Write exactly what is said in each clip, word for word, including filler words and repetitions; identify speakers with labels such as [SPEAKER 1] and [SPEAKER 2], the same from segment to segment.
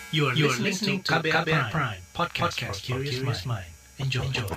[SPEAKER 1] You are, you are listening to K B R Prime, podcast, podcast for curious mind. Enjoy. Enjoy.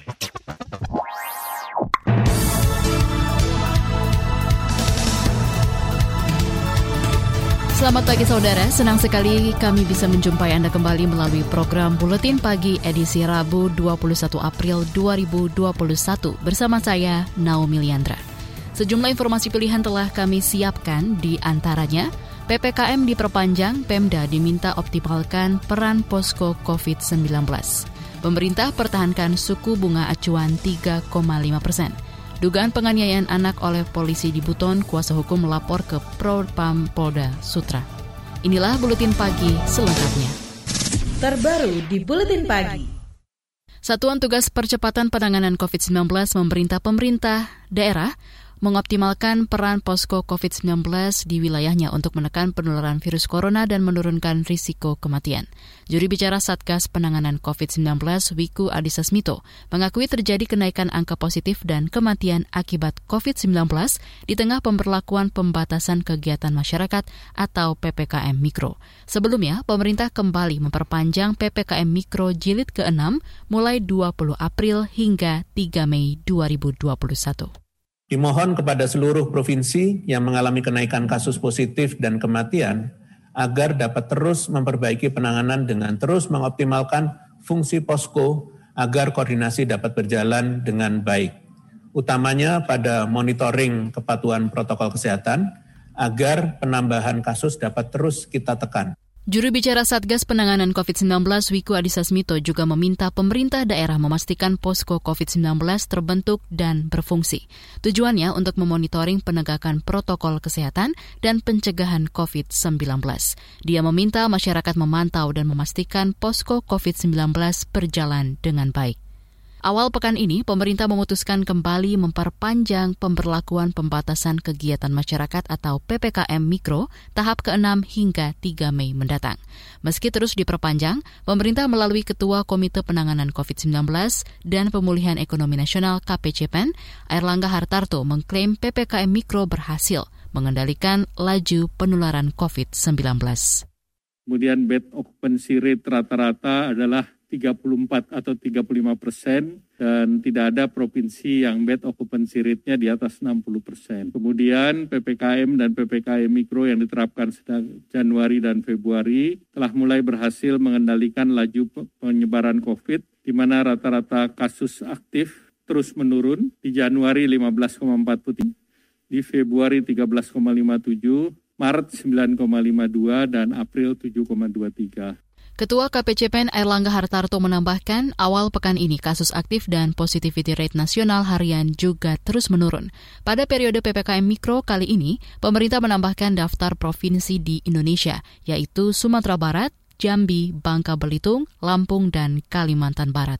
[SPEAKER 2] Selamat pagi saudara, senang sekali kami bisa menjumpai Anda kembali melalui program Buletin Pagi edisi Rabu dua puluh satu April dua ribu dua puluh satu bersama saya Naomi Liandra. Sejumlah informasi pilihan telah kami siapkan, di antaranya P P K M diperpanjang, Pemda diminta optimalkan peran posko covid sembilan belas. Pemerintah pertahankan suku bunga acuan tiga koma lima persen. Dugaan penganiayaan anak oleh polisi di Buton, kuasa hukum melapor ke Propam Polda Sutra. Inilah Buletin Pagi selengkapnya.
[SPEAKER 3] Terbaru di Buletin Pagi.
[SPEAKER 2] Satuan Tugas Percepatan Penanganan covid sembilan belas memerintah pemerintah daerah mengoptimalkan peran posko covid sembilan belas di wilayahnya untuk menekan penularan virus corona dan menurunkan risiko kematian. Juru bicara Satgas Penanganan covid sembilan belas, Wiku Adhisa Smito, mengakui terjadi kenaikan angka positif dan kematian akibat covid sembilan belas di tengah pemberlakuan pembatasan kegiatan masyarakat atau P P K M Mikro. Sebelumnya, pemerintah kembali memperpanjang P P K M Mikro jilid keenam mulai dua puluh April hingga tiga Mei dua ribu dua puluh satu.
[SPEAKER 4] Dimohon kepada seluruh provinsi yang mengalami kenaikan kasus positif dan kematian agar dapat terus memperbaiki penanganan dengan terus mengoptimalkan fungsi posko agar koordinasi dapat berjalan dengan baik. Utamanya pada monitoring kepatuhan protokol kesehatan agar penambahan kasus dapat terus kita tekan.
[SPEAKER 2] Juru bicara Satgas Penanganan covid sembilan belas, Wiku Adhisa Smito, juga meminta pemerintah daerah memastikan posko covid sembilan belas terbentuk dan berfungsi. Tujuannya untuk memonitoring penegakan protokol kesehatan dan pencegahan covid sembilan belas. Dia meminta masyarakat memantau dan memastikan posko covid sembilan belas berjalan dengan baik. Awal pekan ini, pemerintah memutuskan kembali memperpanjang pemberlakuan pembatasan kegiatan masyarakat atau P P K M Mikro tahap keenam hingga tiga Mei mendatang. Meski terus diperpanjang, pemerintah melalui Ketua Komite Penanganan covid sembilan belas dan Pemulihan Ekonomi Nasional K P C P N, Airlangga Hartarto, mengklaim P P K M Mikro berhasil mengendalikan laju penularan covid sembilan belas.
[SPEAKER 5] Kemudian bed occupancy rate rata-rata adalah tiga puluh empat atau tiga puluh lima persen dan tidak ada provinsi yang bed occupancy rate-nya di atas enam puluh persen. Kemudian P P K M dan P P K M Mikro yang diterapkan sejak Januari dan Februari telah mulai berhasil mengendalikan laju penyebaran COVID, di mana rata-rata kasus aktif terus menurun. Di Januari lima belas koma empat puluh tiga, di Februari tiga belas koma lima puluh tujuh, Maret sembilan koma lima puluh dua, dan April tujuh koma dua puluh tiga.
[SPEAKER 2] Ketua K P C P N Airlangga Hartarto menambahkan, awal pekan ini kasus aktif dan positivity rate nasional harian juga terus menurun. Pada periode P P K M Mikro kali ini, pemerintah menambahkan daftar provinsi di Indonesia, yaitu Sumatera Barat, Jambi, Bangka Belitung, Lampung, dan Kalimantan Barat.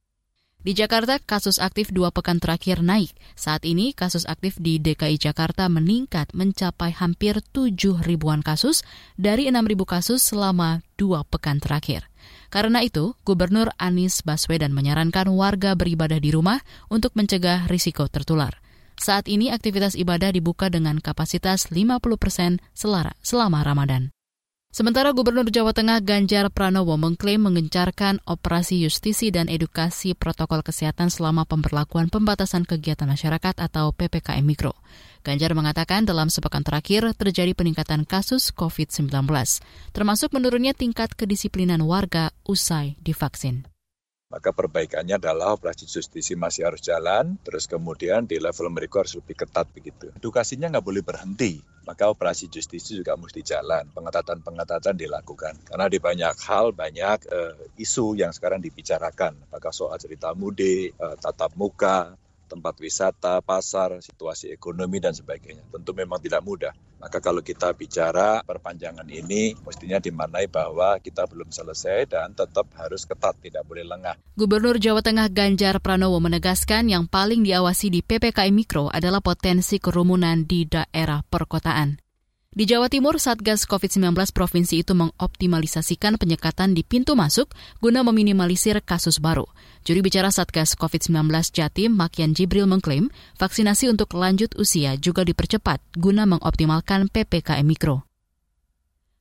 [SPEAKER 2] Di Jakarta, kasus aktif dua pekan terakhir naik. Saat ini, kasus aktif di D K I Jakarta meningkat mencapai hampir tujuh ribuan kasus dari enam ribu kasus selama dua pekan terakhir. Karena itu, Gubernur Anies Baswedan menyarankan warga beribadah di rumah untuk mencegah risiko tertular. Saat ini, aktivitas ibadah dibuka dengan kapasitas lima puluh persen selama Ramadan. Sementara Gubernur Jawa Tengah Ganjar Pranowo mengklaim mengencarkan operasi justisi dan edukasi protokol kesehatan selama pemberlakuan pembatasan kegiatan masyarakat atau P P K M Mikro. Ganjar mengatakan dalam sepekan terakhir terjadi peningkatan kasus covid sembilan belas, termasuk menurunnya tingkat kedisiplinan warga usai divaksin.
[SPEAKER 6] Maka perbaikannya adalah operasi justisi masih harus jalan, terus kemudian di level mereka harus lebih ketat begitu. Edukasinya nggak boleh berhenti, maka operasi justisi juga mesti jalan, pengetatan-pengetatan dilakukan. Karena di banyak hal, banyak uh, isu yang sekarang dibicarakan, apakah soal cerita mudik, uh, tatap muka, tempat wisata, pasar, situasi ekonomi, dan sebagainya. Tentu memang tidak mudah. Maka kalau kita bicara perpanjangan ini, mestinya dimaknai bahwa kita belum selesai dan tetap harus ketat, tidak boleh lengah.
[SPEAKER 2] Gubernur Jawa Tengah Ganjar Pranowo menegaskan yang paling diawasi di P P K M Mikro adalah potensi kerumunan di daerah perkotaan. Di Jawa Timur, Satgas covid sembilan belas provinsi itu mengoptimalisasikan penyekatan di pintu masuk guna meminimalisir kasus baru. Juru bicara Satgas covid sembilan belas Jatim, Makian Jibril, mengklaim vaksinasi untuk lanjut usia juga dipercepat guna mengoptimalkan P P K M Mikro.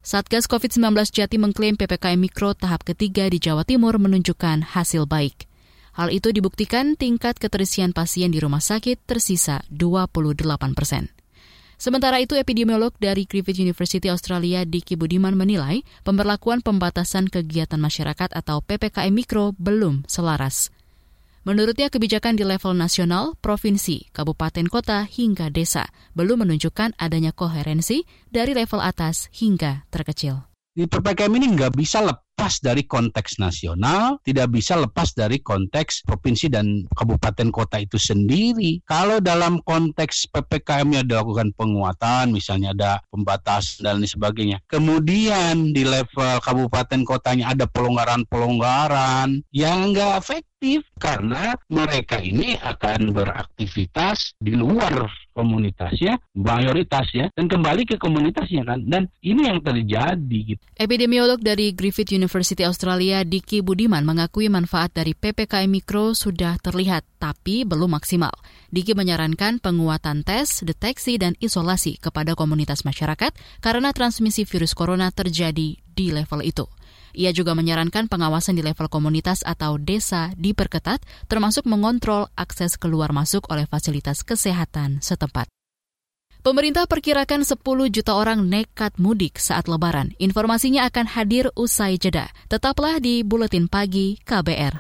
[SPEAKER 2] Satgas covid sembilan belas Jatim mengklaim P P K M Mikro tahap ketiga di Jawa Timur menunjukkan hasil baik. Hal itu dibuktikan tingkat keterisian pasien di rumah sakit tersisa dua puluh delapan persen. Sementara itu, epidemiolog dari Griffith University Australia Diki Budiman menilai pemberlakuan pembatasan kegiatan masyarakat atau P P K M Mikro belum selaras. Menurutnya, kebijakan di level nasional, provinsi, kabupaten kota, hingga desa belum menunjukkan adanya koherensi dari level atas hingga terkecil.
[SPEAKER 7] Di P P K M ini nggak bisa lepas dari konteks nasional, tidak bisa lepas dari konteks provinsi dan kabupaten kota itu sendiri. Kalau dalam konteks P P K M-nya dilakukan penguatan, misalnya ada pembatasan dan lain sebagainya. Kemudian di level kabupaten kotanya ada pelonggaran-pelonggaran yang nggak efektif karena mereka ini akan beraktivitas di luar komunitasnya, mayoritasnya, dan kembali ke komunitasnya kan. Dan ini yang terjadi gitu.
[SPEAKER 2] Epidemiolog dari Griffith University Australia Diki Budiman mengakui manfaat dari P P K M Mikro sudah terlihat, tapi belum maksimal. Diki menyarankan penguatan tes, deteksi, dan isolasi kepada komunitas masyarakat karena transmisi virus corona terjadi di level itu. Ia juga menyarankan pengawasan di level komunitas atau desa diperketat, termasuk mengontrol akses keluar masuk oleh fasilitas kesehatan setempat. Pemerintah perkirakan sepuluh juta orang nekat mudik saat Lebaran. Informasinya akan hadir usai jeda. Tetaplah di Buletin Pagi K B R.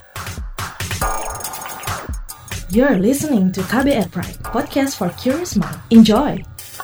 [SPEAKER 3] You're listening to K B R Prime, podcast for curious mind. Enjoy!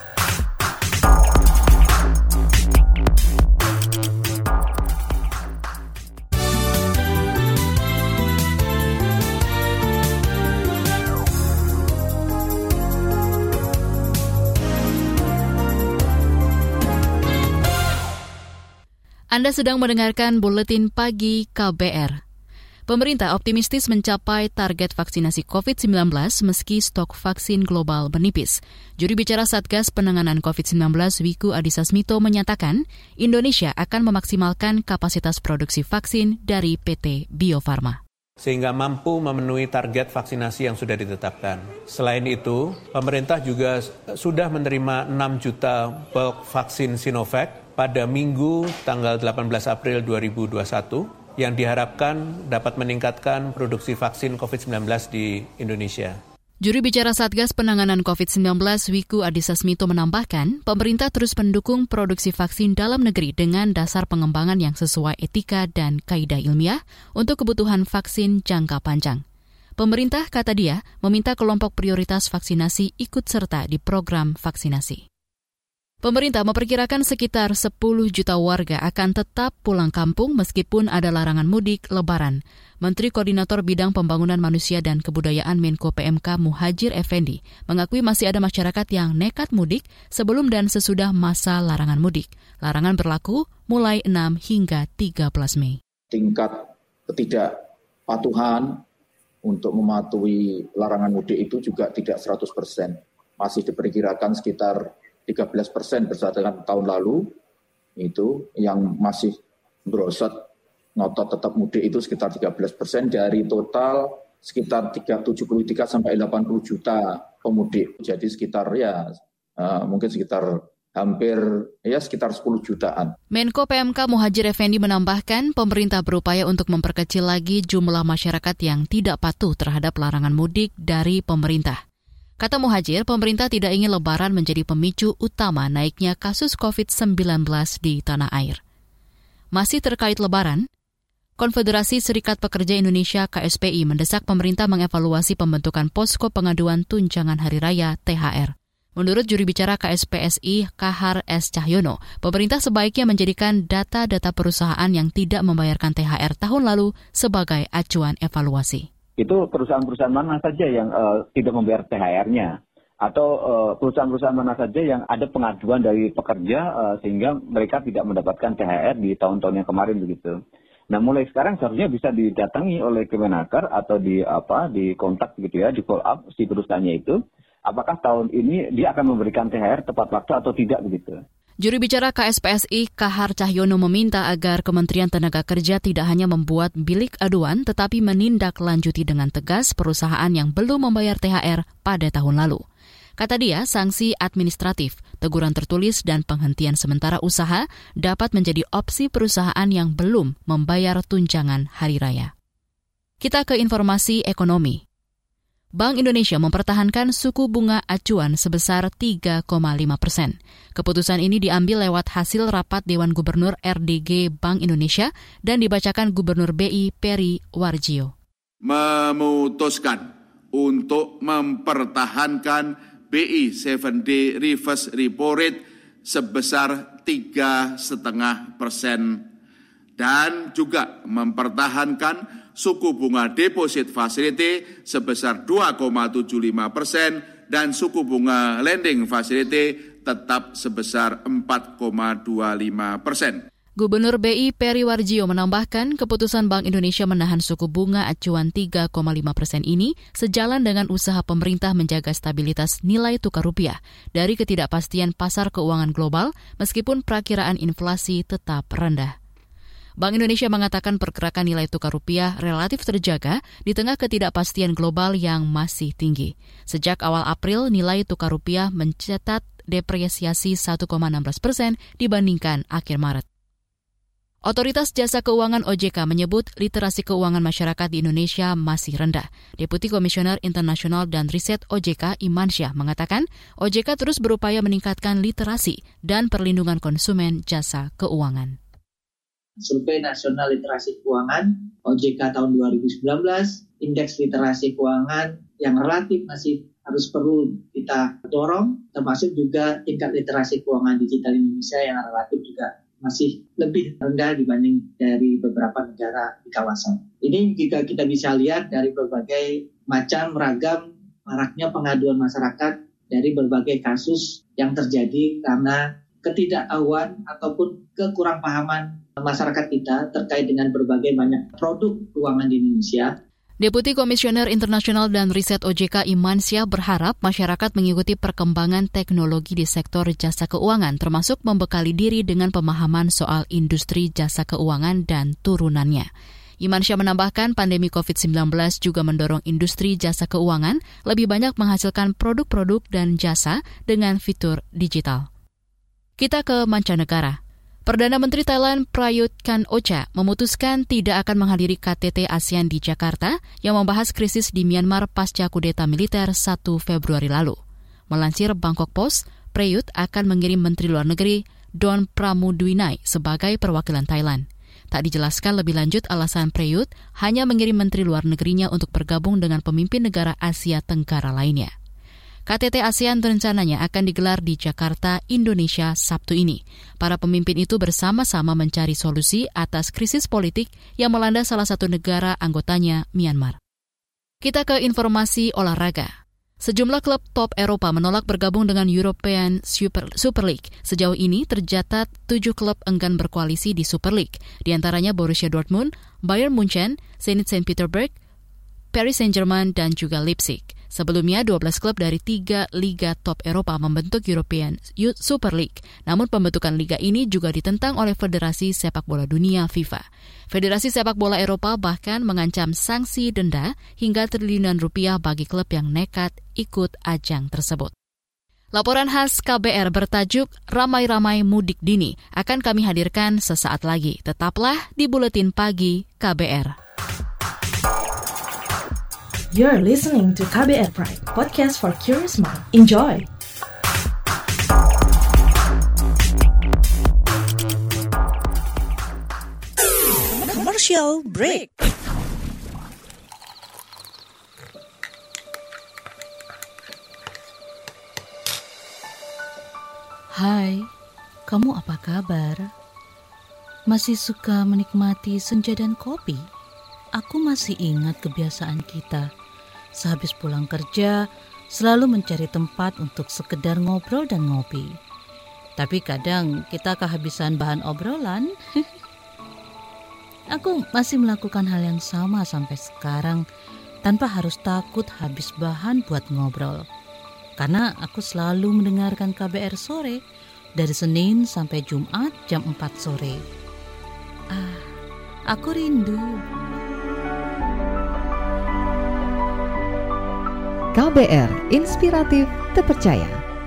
[SPEAKER 2] Anda sedang mendengarkan Buletin Pagi K B R. Pemerintah optimistis mencapai target vaksinasi covid sembilan belas meski stok vaksin global menipis. Juru bicara Satgas Penanganan covid sembilan belas Wiku Adhisa Smito menyatakan Indonesia akan memaksimalkan kapasitas produksi vaksin dari P T Bio Farma,
[SPEAKER 4] sehingga mampu memenuhi target vaksinasi yang sudah ditetapkan. Selain itu, pemerintah juga sudah menerima enam juta bulk vaksin Sinovac pada Minggu tanggal delapan belas April dua ribu dua puluh satu yang diharapkan dapat meningkatkan produksi vaksin covid sembilan belas di Indonesia.
[SPEAKER 2] Juru bicara Satgas Penanganan covid sembilan belas Wiku Adhisa Smito menambahkan, pemerintah terus mendukung produksi vaksin dalam negeri dengan dasar pengembangan yang sesuai etika dan kaidah ilmiah untuk kebutuhan vaksin jangka panjang. Pemerintah, kata dia, meminta kelompok prioritas vaksinasi ikut serta di program vaksinasi. Pemerintah memperkirakan sekitar sepuluh juta warga akan tetap pulang kampung meskipun ada larangan mudik Lebaran. Menteri Koordinator Bidang Pembangunan Manusia dan Kebudayaan Menko P M K Muhadjir Effendi mengakui masih ada masyarakat yang nekat mudik sebelum dan sesudah masa larangan mudik. Larangan berlaku mulai enam hingga tiga belas Mei.
[SPEAKER 8] Tingkat ketidakpatuhan untuk mematuhi larangan mudik itu juga tidak seratus persen. Masih diperkirakan sekitar tiga belas persen berdasarkan tahun lalu, itu yang masih berosot ngotot tetap mudik itu sekitar tiga belas persen dari total sekitar tujuh puluh tiga sampai delapan puluh juta pemudik. Jadi sekitar ya uh, mungkin sekitar hampir ya sekitar sepuluh jutaan.
[SPEAKER 2] Menko P M K Muhadjir Effendi menambahkan pemerintah berupaya untuk memperkecil lagi jumlah masyarakat yang tidak patuh terhadap larangan mudik dari pemerintah. Kata Muhadjir, pemerintah tidak ingin Lebaran menjadi pemicu utama naiknya kasus covid sembilan belas di tanah air. Masih terkait Lebaran, Konfederasi Serikat Pekerja Indonesia K S P I mendesak pemerintah mengevaluasi pembentukan posko pengaduan tunjangan hari raya T H R. Menurut juru bicara K S P S I Kahar S. Cahyono, pemerintah sebaiknya menjadikan data-data perusahaan yang tidak membayarkan T H R tahun lalu sebagai acuan evaluasi.
[SPEAKER 9] Itu perusahaan-perusahaan mana saja yang uh, tidak membayar T H R-nya, atau uh, perusahaan-perusahaan mana saja yang ada pengaduan dari pekerja uh, sehingga mereka tidak mendapatkan T H R di tahun-tahun yang kemarin begitu. Nah, mulai sekarang seharusnya bisa didatangi oleh Kemenaker atau di apa di kontak gitu ya, di follow up si perusahaannya itu, apakah tahun ini dia akan memberikan T H R tepat waktu atau tidak begitu.
[SPEAKER 2] Juru bicara K S P S I Kahar Cahyono meminta agar Kementerian Tenaga Kerja tidak hanya membuat bilik aduan tetapi menindaklanjuti dengan tegas perusahaan yang belum membayar T H R pada tahun lalu. Kata dia, sanksi administratif, teguran tertulis, dan penghentian sementara usaha dapat menjadi opsi perusahaan yang belum membayar tunjangan hari raya. Kita ke informasi ekonomi. Bank Indonesia mempertahankan suku bunga acuan sebesar tiga koma lima persen. Keputusan ini diambil lewat hasil rapat Dewan Gubernur R D G Bank Indonesia dan dibacakan Gubernur B I Peri Warjio.
[SPEAKER 10] Memutuskan untuk mempertahankan B I tujuh D reverse repo rate sebesar tiga koma lima persen dan juga mempertahankan suku bunga deposit facility sebesar dua koma tujuh lima persen dan suku bunga lending facility tetap sebesar empat koma dua lima persen.
[SPEAKER 2] Gubernur B I Peri Warjio menambahkan keputusan Bank Indonesia menahan suku bunga acuan tiga koma lima persen ini sejalan dengan usaha pemerintah menjaga stabilitas nilai tukar rupiah dari ketidakpastian pasar keuangan global meskipun perakiraan inflasi tetap rendah. Bank Indonesia mengatakan pergerakan nilai tukar rupiah relatif terjaga di tengah ketidakpastian global yang masih tinggi. Sejak awal April, nilai tukar rupiah mencatat depresiasi satu koma enam belas persen dibandingkan akhir Maret. Otoritas Jasa Keuangan O J K menyebut literasi keuangan masyarakat di Indonesia masih rendah. Deputi Komisioner Internasional dan Riset O J K Imansyah mengatakan O J K terus berupaya meningkatkan literasi dan perlindungan konsumen jasa keuangan.
[SPEAKER 11] Survei Nasional Literasi Keuangan O J K tahun dua ribu sembilan belas, indeks literasi keuangan yang relatif masih harus perlu kita dorong, termasuk juga tingkat literasi keuangan digital Indonesia yang relatif juga masih lebih rendah dibanding dari beberapa negara di kawasan. Ini juga kita bisa lihat dari berbagai macam ragam maraknya pengaduan masyarakat dari berbagai kasus yang terjadi karena ketidaktahuan ataupun kekurangpahaman masyarakat kita terkait dengan berbagai banyak produk keuangan di Indonesia.
[SPEAKER 2] Deputi Komisioner Internasional dan Riset O J K Imansyah berharap masyarakat mengikuti perkembangan teknologi di sektor jasa keuangan, termasuk membekali diri dengan pemahaman soal industri jasa keuangan dan turunannya. Imansyah menambahkan pandemi covid sembilan belas juga mendorong industri jasa keuangan lebih banyak menghasilkan produk-produk dan jasa dengan fitur digital. Kita ke mancanegara. Perdana Menteri Thailand Prayut Chan-o-cha memutuskan tidak akan menghadiri K T T ASEAN di Jakarta yang membahas krisis di Myanmar pasca kudeta militer satu Februari lalu. Melansir Bangkok Post, Prayut akan mengirim Menteri Luar Negeri Don Pramudwinai sebagai perwakilan Thailand. Tak dijelaskan lebih lanjut alasan Prayut hanya mengirim Menteri Luar Negerinya untuk bergabung dengan pemimpin negara Asia Tenggara lainnya. K T T ASEAN rencananya akan digelar di Jakarta, Indonesia, Sabtu ini. Para pemimpin itu bersama-sama mencari solusi atas krisis politik yang melanda salah satu negara anggotanya, Myanmar. Kita ke informasi olahraga. Sejumlah klub top Eropa menolak bergabung dengan European Super, Super League. Sejauh ini tercatat tujuh klub enggan berkoalisi di Super League, di antaranya Borussia Dortmund, Bayern Munchen, Zenit Saint Petersburg, Paris Saint-Germain, dan juga Leipzig. Sebelumnya, dua belas klub dari tiga liga top Eropa membentuk European Super League. Namun pembentukan liga ini juga ditentang oleh Federasi Sepak Bola Dunia FIFA. Federasi Sepak Bola Eropa bahkan mengancam sanksi denda hingga triliunan rupiah bagi klub yang nekat ikut ajang tersebut. Laporan khas K B R bertajuk Ramai-Ramai Mudik Dini akan kami hadirkan sesaat lagi. Tetaplah di Buletin Pagi K B R.
[SPEAKER 3] You're listening to K B R Prime, podcast for curious mind. Enjoy!
[SPEAKER 12] Commercial break.
[SPEAKER 13] Hai, kamu apa kabar? Masih suka menikmati senja dan kopi? Aku masih ingat kebiasaan kita. Sehabis pulang kerja, selalu mencari tempat untuk sekedar ngobrol dan ngopi. Tapi kadang kita kehabisan bahan obrolan. Aku masih melakukan hal yang sama sampai sekarang, tanpa harus takut habis bahan buat ngobrol. Karena aku selalu mendengarkan K B R sore, dari Senin sampai Jumat jam empat sore. Ah, aku rindu.
[SPEAKER 14] K K B R, inspiratif, terpercaya.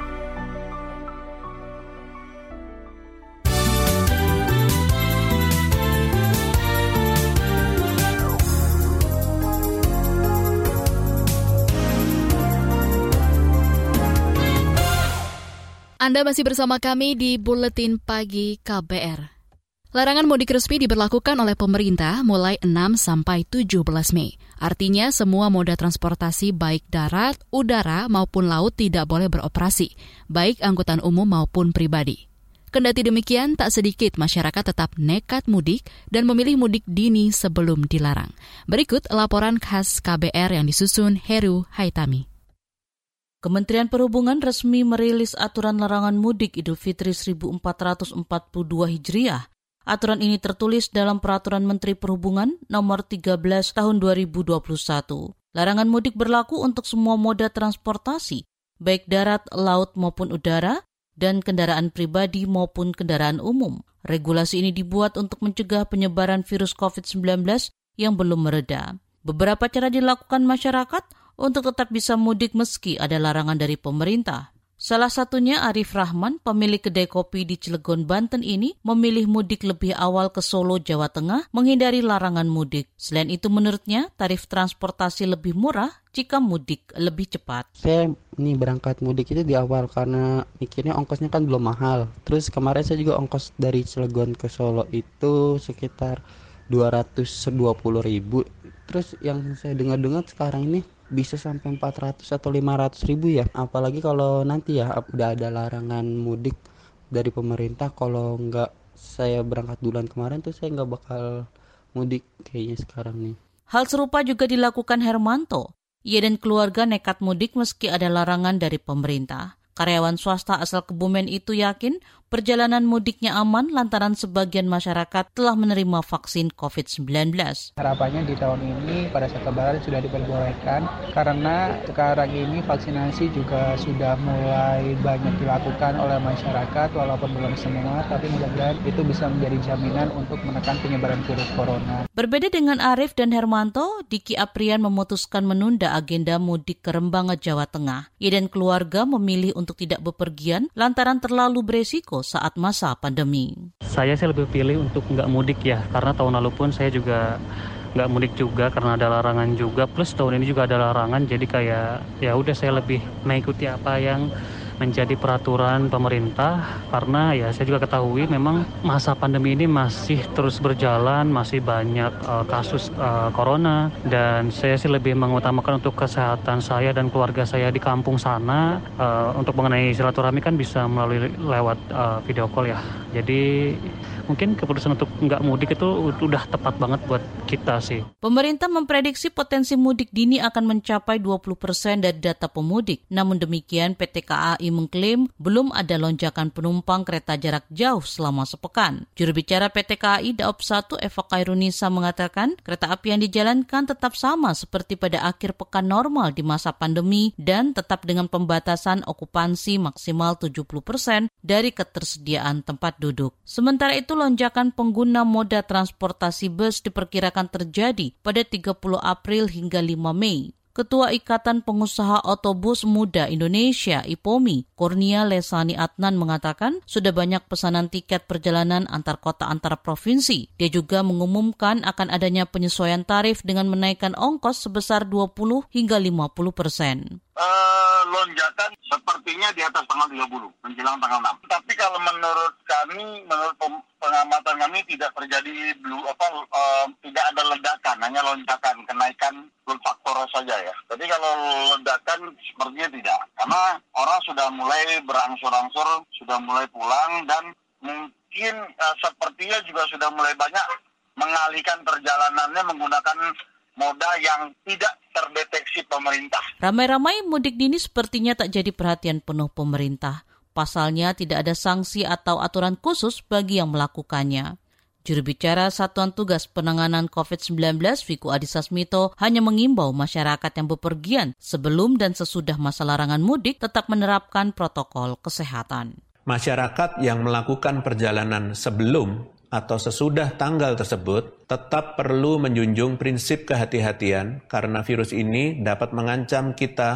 [SPEAKER 2] Anda masih bersama kami di Buletin Pagi K B R. Larangan mudik resmi diberlakukan oleh pemerintah mulai enam sampai tujuh belas Mei. Artinya semua moda transportasi baik darat, udara maupun laut tidak boleh beroperasi, baik angkutan umum maupun pribadi. Kendati demikian, tak sedikit masyarakat tetap nekat mudik dan memilih mudik dini sebelum dilarang. Berikut laporan khas K B R yang disusun Heru Haitami.
[SPEAKER 13] Kementerian Perhubungan resmi merilis aturan larangan mudik Idul Fitri seribu empat ratus empat puluh dua Hijriah. Aturan ini tertulis dalam Peraturan Menteri Perhubungan nomor tiga belas tahun dua ribu dua puluh satu. Larangan mudik berlaku untuk semua moda transportasi, baik darat, laut maupun udara, dan kendaraan pribadi maupun kendaraan umum. Regulasi ini dibuat untuk mencegah penyebaran virus covid sembilan belas yang belum mereda. Beberapa cara dilakukan masyarakat untuk tetap bisa mudik meski ada larangan dari pemerintah. Salah satunya Arif Rahman, pemilik kedai kopi di Cilegon, Banten ini memilih mudik lebih awal ke Solo, Jawa Tengah, menghindari larangan mudik. Selain itu menurutnya, tarif transportasi lebih murah jika mudik lebih cepat.
[SPEAKER 15] Saya ini berangkat mudik itu di awal karena mikirnya ongkosnya kan belum mahal. Terus kemarin saya juga ongkos dari Cilegon ke Solo itu sekitar dua ratus dua puluh ribu. Terus yang saya dengar-dengar sekarang ini bisa sampai empat ratus atau lima ratus ribu ya. Apalagi kalau nanti ya udah ada larangan mudik dari pemerintah. Kalau nggak saya berangkat duluan kemarin tuh saya nggak bakal mudik kayaknya sekarang nih.
[SPEAKER 13] Hal serupa juga dilakukan Hermanto. Ia dan keluarga nekat mudik meski ada larangan dari pemerintah. Karyawan swasta asal Kebumen itu yakin perjalanan mudiknya aman lantaran sebagian masyarakat telah menerima vaksin covid sembilan belas.
[SPEAKER 16] Harapannya di tahun ini pada saat Lebaran sudah diperbolehkan karena sekarang ini vaksinasi juga sudah mulai banyak dilakukan oleh masyarakat walaupun belum semua, tapi mudah-mudahan itu bisa menjadi jaminan untuk menekan penyebaran virus corona.
[SPEAKER 13] Berbeda dengan Arif dan Hermanto, Diki Aprian memutuskan menunda agenda mudik ke Rembang, Jawa Tengah. Ia dan keluarga memilih untuk tidak bepergian lantaran terlalu beresiko saat masa pandemi.
[SPEAKER 17] Saya sih lebih pilih untuk nggak mudik ya, karena tahun lalu pun saya juga nggak mudik juga karena ada larangan juga, plus tahun ini juga ada larangan, jadi kayak ya udah saya lebih mengikuti apa yang menjadi peraturan pemerintah, karena ya saya juga ketahui memang masa pandemi ini masih terus berjalan, masih banyak uh, kasus uh, corona, dan saya sih lebih mengutamakan untuk kesehatan saya dan keluarga saya di kampung sana. Uh, untuk mengenai silaturahmi kan bisa melalui lewat uh, video call ya, jadi mungkin keputusan untuk nggak mudik itu udah tepat banget buat kita sih.
[SPEAKER 13] Pemerintah memprediksi potensi mudik dini akan mencapai dua puluh persen dari data pemudik. Namun demikian, P T K A I mengklaim belum ada lonjakan penumpang kereta jarak jauh selama sepekan. Juru bicara P T K A I Daop satu Eva Kairunisa mengatakan kereta api yang dijalankan tetap sama seperti pada akhir pekan normal di masa pandemi dan tetap dengan pembatasan okupansi maksimal tujuh puluh persen dari ketersediaan tempat duduk. Sementara itu, lonjakan pengguna moda transportasi bus diperkirakan terjadi pada tiga puluh April hingga lima Mei. Ketua Ikatan Pengusaha Otobus Muda Indonesia I P O M I, Kurnia Lesani Adnan mengatakan sudah banyak pesanan tiket perjalanan antar kota antar provinsi. Dia juga mengumumkan akan adanya penyesuaian tarif dengan menaikkan ongkos sebesar dua puluh hingga lima puluh persen.
[SPEAKER 18] Uh, lonjakan sepertinya di atas tanggal tiga puluh, menjelang tanggal enam. Tapi kalau menurut kami, menurut pengamatan kami tidak terjadi blue, apa, uh, tidak ada ledakan, hanya lonjakan, kenaikan faktor saja ya. Jadi kalau ledakan sepertinya tidak, karena orang sudah mulai berangsur-angsur, sudah mulai pulang, dan mungkin uh, sepertinya juga sudah mulai banyak mengalihkan perjalanannya menggunakan moda yang tidak terdeteksi pemerintah.
[SPEAKER 13] Ramai-ramai mudik dini sepertinya tak jadi perhatian penuh pemerintah. Pasalnya tidak ada sanksi atau aturan khusus bagi yang melakukannya. Juru bicara Satuan Tugas Penanganan covid sembilan belas Wiku Adhisa Smito hanya mengimbau masyarakat yang bepergian sebelum dan sesudah masa larangan mudik tetap menerapkan protokol kesehatan.
[SPEAKER 4] Masyarakat yang melakukan perjalanan sebelum atau sesudah tanggal tersebut tetap perlu menjunjung prinsip kehati-hatian karena virus ini dapat mengancam kita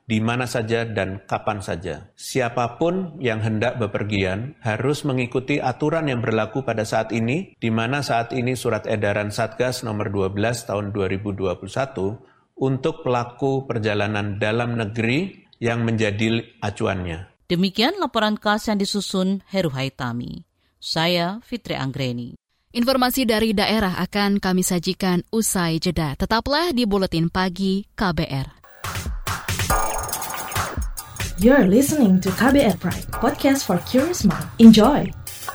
[SPEAKER 4] di mana saja dan kapan saja. Siapapun yang hendak bepergian harus mengikuti aturan yang berlaku pada saat ini, di mana saat ini surat edaran Satgas nomor dua belas tahun dua ribu dua puluh satu untuk pelaku perjalanan dalam negeri yang menjadi acuannya.
[SPEAKER 13] Demikian laporan khas yang disusun Heru Haitami. Saya Fitri Anggreni.
[SPEAKER 2] Informasi dari daerah akan kami sajikan usai jeda. Tetaplah di Buletin Pagi K B R.
[SPEAKER 3] You're listening to K B R Prime, podcast for curious mind. Enjoy!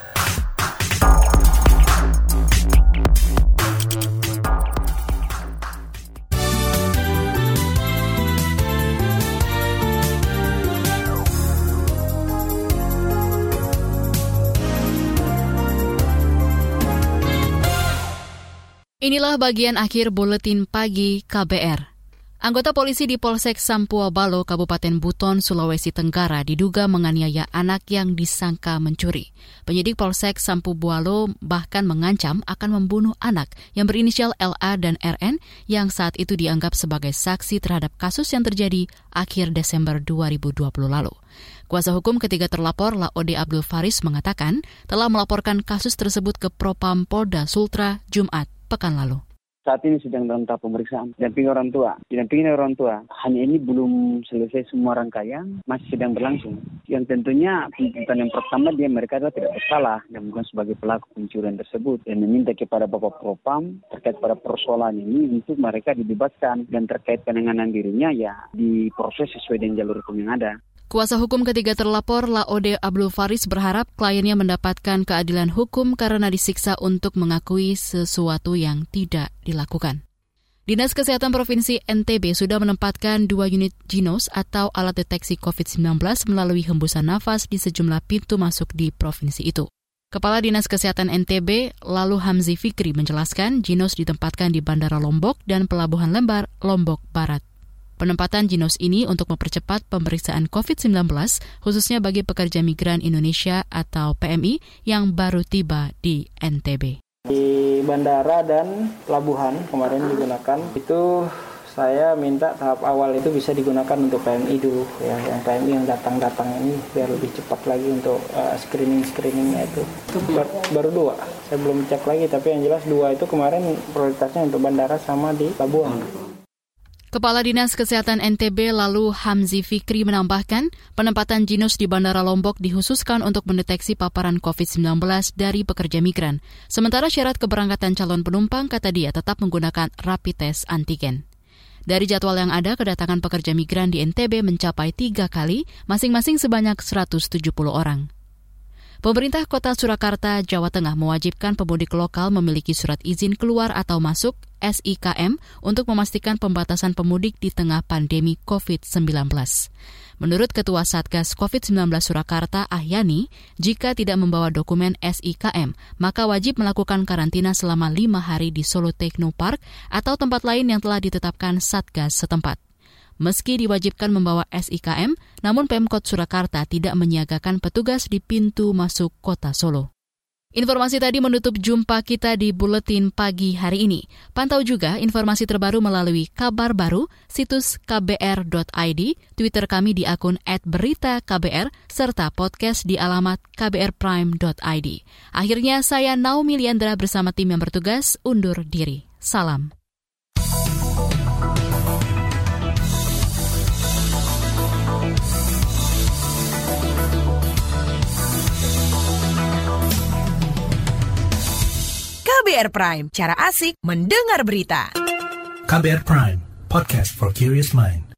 [SPEAKER 2] Inilah bagian akhir Buletin Pagi K B R. Anggota polisi di Polsek Sampua Balo, Kabupaten Buton, Sulawesi Tenggara diduga menganiaya anak yang disangka mencuri. Penyidik Polsek Sampua Balo bahkan mengancam akan membunuh anak yang berinisial L A dan R N yang saat itu dianggap sebagai saksi terhadap kasus yang terjadi akhir Desember dua ribu dua puluh lalu. Kuasa hukum ketiga terlapor, Laode Abdul Faris, mengatakan telah melaporkan kasus tersebut ke Propam Polda Sultra Jumat pekan lalu.
[SPEAKER 9] Saat ini sedang dalam tahap pemeriksaan, didampingi orang tua. Didampingi orang tua, hanya ini belum selesai semua rangkaian, masih sedang berlangsung. Yang tentunya tuntutan yang pertama dia mereka adalah tidak bersalah dan bukan sebagai pelaku pencurian tersebut. Dan meminta kepada Bapak Propam terkait pada persoalan ini untuk mereka dibebaskan dan terkait penanganan dirinya ya diproses sesuai dengan jalur hukum yang ada.
[SPEAKER 2] Kuasa hukum ketiga terlapor, Laode Abdul Faris, berharap kliennya mendapatkan keadilan hukum karena disiksa untuk mengakui sesuatu yang tidak dilakukan. Dinas Kesehatan Provinsi N T B sudah menempatkan dua unit Ginos atau alat deteksi covid sembilan belas melalui hembusan nafas di sejumlah pintu masuk di provinsi itu. Kepala Dinas Kesehatan N T B, Lalu Hamzi Fikri, menjelaskan Ginos ditempatkan di Bandara Lombok dan Pelabuhan Lembar, Lombok Barat. Penempatan Ginos ini untuk mempercepat pemeriksaan covid sembilan belas, khususnya bagi pekerja migran Indonesia atau P M I yang baru tiba di N T B.
[SPEAKER 16] Di bandara dan pelabuhan kemarin digunakan, itu saya minta tahap awal itu bisa digunakan untuk P M I dulu, ya, yang P M I yang datang-datang ini biar lebih cepat lagi untuk uh, screening-screeningnya itu. Itu bar, baru dua, saya belum cek lagi, tapi yang jelas dua itu kemarin prioritasnya untuk bandara sama di pelabuhan.
[SPEAKER 2] Kepala Dinas Kesehatan N T B Lalu Hamzi Fikri menambahkan, penempatan Ginos di Bandara Lombok dikhususkan untuk mendeteksi paparan covid sembilan belas dari pekerja migran. Sementara syarat keberangkatan calon penumpang, kata dia, tetap menggunakan rapid test antigen. Dari jadwal yang ada, kedatangan pekerja migran di N T B mencapai tiga kali, masing-masing sebanyak seratus tujuh puluh orang. Pemerintah Kota Surakarta, Jawa Tengah mewajibkan pemudik lokal memiliki surat izin keluar atau masuk S I K M untuk memastikan pembatasan pemudik di tengah pandemi covid sembilan belas. Menurut Ketua Satgas covid sembilan belas Surakarta, Ahyani, jika tidak membawa dokumen S I K M, maka wajib melakukan karantina selama lima hari di Solo Technopark atau tempat lain yang telah ditetapkan Satgas setempat. Meski diwajibkan membawa S I K M, namun Pemkot Surakarta tidak menyiagakan petugas di pintu masuk kota Solo. Informasi tadi menutup jumpa kita di Buletin Pagi hari ini. Pantau juga informasi terbaru melalui kabar baru, situs k b r dot i d, Twitter kami di akun et berita k b r, serta podcast di alamat k b r prime dot i d. Akhirnya saya Naomi Liandra bersama tim yang bertugas undur diri. Salam.
[SPEAKER 12] K B R Prime, cara asik mendengar berita.
[SPEAKER 1] K B R Prime, podcast for curious mind.